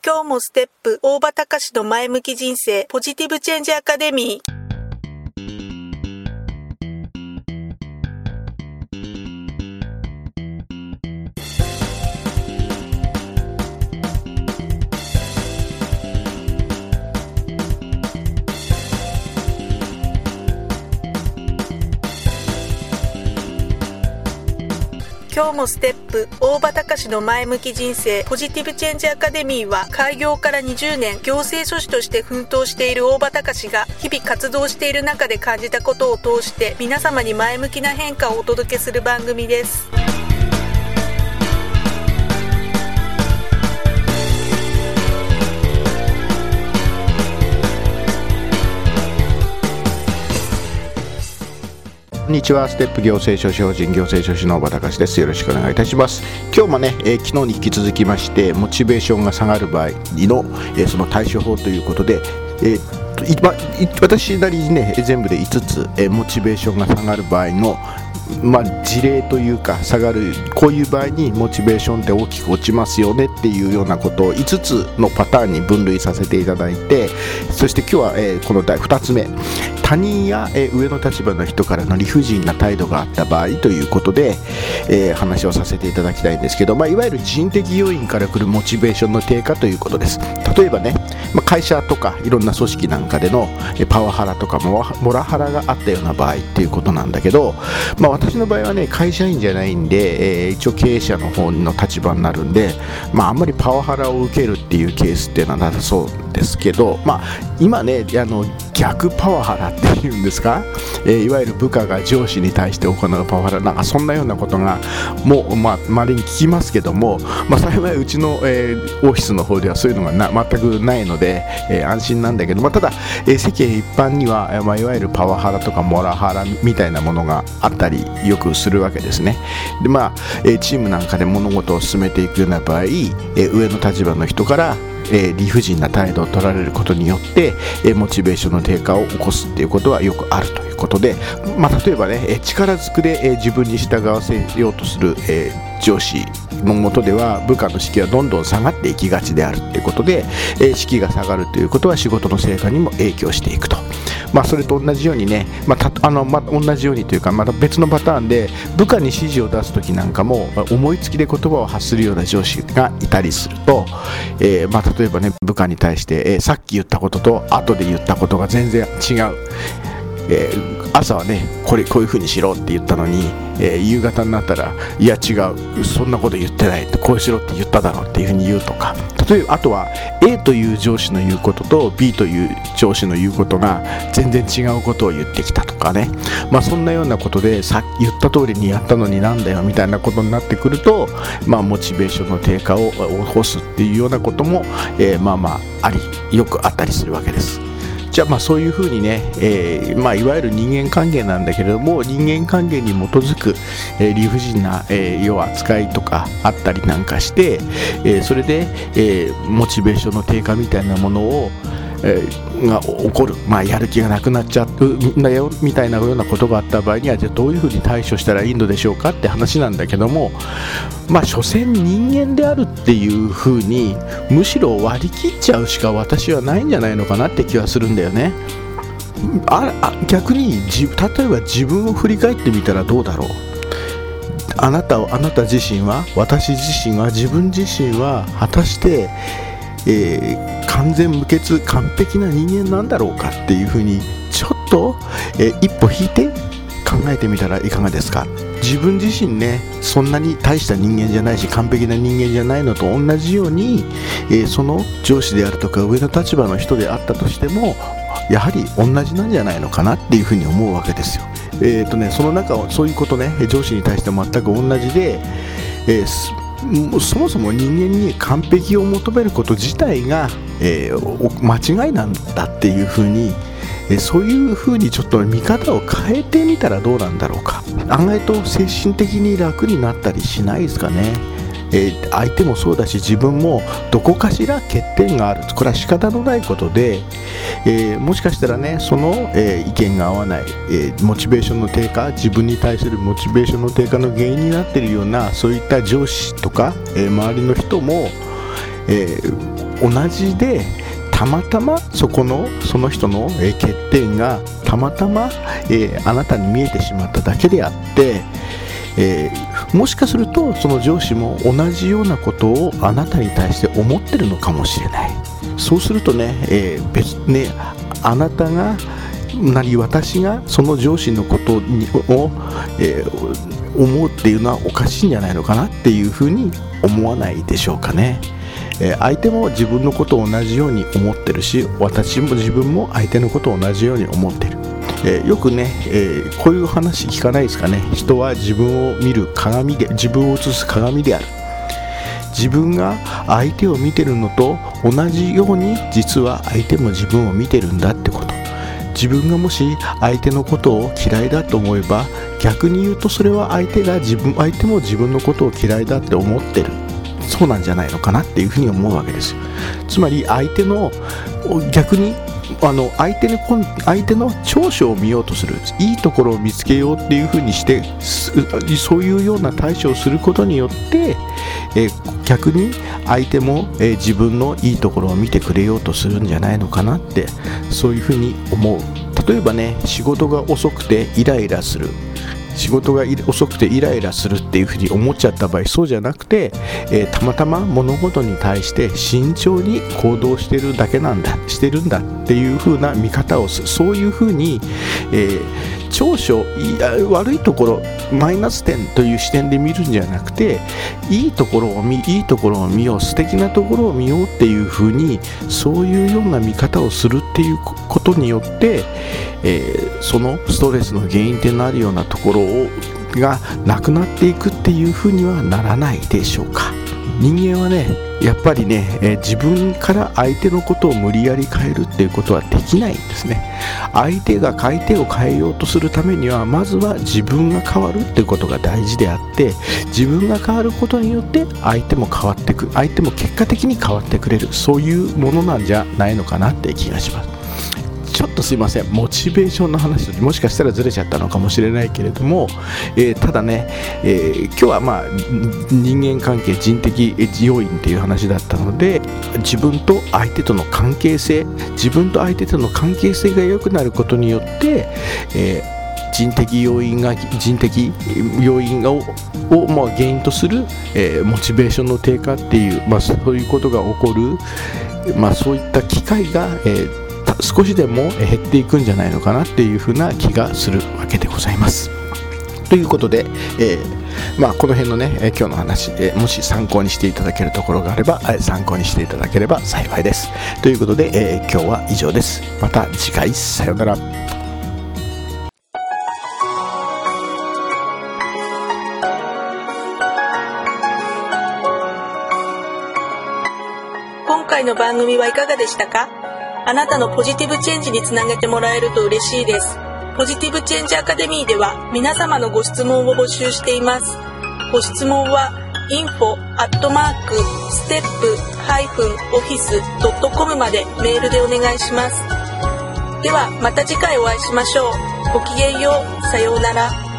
今日もステップ大場隆の前向き人生ポジティブチェンジアカデミー。今日もステップ大場隆の前向き人生ポジティブチェンジアカデミーは、開業から20年行政書士として奮闘している大場隆が日々活動している中で感じたことを通して皆様に前向きな変化をお届けする番組です。 こんにちは。ステップ行政書士法人行政書士の大場隆です。よろしくお願いいたします。今日もね、昨日に引き続きましてモチベーションが下がる場合の、その対処法ということで、私なりにね全部で5つ、モチベーションが下がる場合の事例というか、下がるこういう場合にモチベーションって大きく落ちますよねっていうようなことを5つのパターンに分類させていただいて、そして今日は、この2つ目、他人や、上の立場の人からの理不尽な態度があった場合ということで、話をさせていただきたいんですけど、いわゆる人的要因から来るモチベーションの低下ということです。例えばね、会社とかいろんな組織なんかでのパワハラとかモラハラがあったような場合っていうことなんだけど、私の場合はね会社員じゃないんで、一応経営者の方の立場になるんで、あんまりパワハラを受けるっていうケースっていうのはなさそうですけど、今ね逆パワハラっていうんですか、いわゆる部下が上司に対して行うパワハラ、なんかそんなようなことがもう稀に聞きますけども、幸いうちの、オフィスの方ではそういうのが全くないので、安心なんだけど、ただ、世間一般には、いわゆるパワハラとかモラハラみたいなものがあったりよくするわけですね。でチームなんかで物事を進めていくような場合、上の立場の人から理不尽な態度を取られることによってモチベーションの低下を起こすっていうことはよくあるということで、例えばね力ずくで自分に従わせようとする上司の下では部下の士気はどんどん下がっていきがちであるということで、士気が下がるということは仕事の成果にも影響していくと。それと同じようにね、同じようにというかまた別のパターンで、部下に指示を出すときなんかも思いつきで言葉を発するような上司がいたりすると、例えばね部下に対して、さっき言ったことと後で言ったことが全然違う、朝はねこういうふうにしろって言ったのに、夕方になったらいや違う、そんなこと言ってない、こうしろって言っただろうっていうふうに言うとか、例えばあとは A という上司の言うことと B という上司の言うことが全然違うことを言ってきたとかね、そんなようなことでさっき言った通りにやったのになんだよみたいなことになってくると、モチベーションの低下を起こすっていうようなことも、よくあったりするわけです。じゃあそういうふうにね、いわゆる人間関係なんだけれども、人間関係に基づく、理不尽な、要は扱いとかあったりなんかして、それで、モチベーションの低下みたいなものをが起こる、やる気がなくなっちゃうんだよみたいなようなことがあった場合には、じゃあどういうふうに対処したらいいのでしょうかって話なんだけども、所詮人間であるっていうふうにむしろ割り切っちゃうしか私はないんじゃないのかなって気はするんだよね。逆に例えば自分を振り返ってみたらどうだろう。あなた自身は、私自身は、自分自身は果たして完全無欠完璧な人間なんだろうかっていうふうにちょっと、一歩引いて考えてみたらいかがですか。自分自身ねそんなに大した人間じゃないし完璧な人間じゃないのと同じように、その上司であるとか上の立場の人であったとしてもやはり同じなんじゃないのかなっていうふうに思うわけですよ。その中はそういうことね、上司に対して全く同じで、そもそも人間に完璧を求めること自体が、間違いなんだっていうふうに、そういうふうにちょっと見方を変えてみたらどうなんだろうか。案外と精神的に楽になったりしないですかね。相手もそうだし自分もどこかしら欠点がある、これは仕方のないことで、もしかしたらねその、意見が合わない、モチベーションの低下、自分に対するモチベーションの低下の原因になっているようなそういった上司とか、周りの人も、 同じで、たまたまその人の欠点がたまたまあなたに見えてしまっただけであって、もしかするとその上司も同じようなことをあなたに対して思ってるのかもしれない。そうするとね、あなたが私がその上司のことを、思うっていうのはおかしいんじゃないのかなっていうふうに思わないでしょうかね。相手も自分のことを同じように思ってるし、私も自分も相手のことを同じように思ってる。よくね、こういう話聞かないですかね。人は自分を見る鏡で、自分を映す鏡である。自分が相手を見てるのと同じように、実は相手も自分を見てるんだってこと。自分がもし相手のことを嫌いだと思えば、逆に言うとそれは相手も自分のことを嫌いだって思ってる、そうなんじゃないのかなっていうふうに思うわけですよ。つまり逆に相手の長所を見ようとする、いいところを見つけようっていうふうにして、そういうような対処をすることによって、逆に相手も、自分のいいところを見てくれようとするんじゃないのかなって、そういうふうに思う。例えばね、仕事が遅くてイライラするっていうふうに思っちゃった場合、そうじゃなくて、たまたま物事に対して慎重に行動してるんだっていうふうな見方をする。そういうふうに、長所、悪いところ、マイナス点という視点で見るんじゃなくて、いいところを見よう、素敵なところを見ようっていうふうに、そういうような見方をするっていうことによって、そのストレスの原因となるようなところがなくなっていくっていうふうにはならないでしょうか。人間はね、やっぱりね、自分から相手のことを無理やり変えるっていうことはできないんですね。相手を変えようとするためには、まずは自分が変わるっていうことが大事であって、自分が変わることによって相手も結果的に変わってくれる、そういうものなんじゃないのかなって気がします。ちょっとすいません、モチベーションの話ともしかしたらずれちゃったのかもしれないけれども、ただね、今日は人間関係、人的要因っていう話だったので、自分と相手との関係性が良くなることによって、人的要因を原因とする、モチベーションの低下っていう、そういうことが起こる、そういった機会が、少しでも減っていくんじゃないのかなっていうふうな気がするわけでございます。ということで、この辺のね、今日の話、もし参考にしていただけるところがあれば、参考にしていただければ幸いです。ということで、今日は以上です。また次回、さようなら。 今回の番組はいかがでしたか？あなたのポジティブチェンジにつなげてもらえると嬉しいです。ポジティブチェンジアカデミーでは皆様のご質問を募集しています。ご質問は info@step-office.com までメールでお願いします。ではまた次回お会いしましょう。ごきげんよう。さようなら。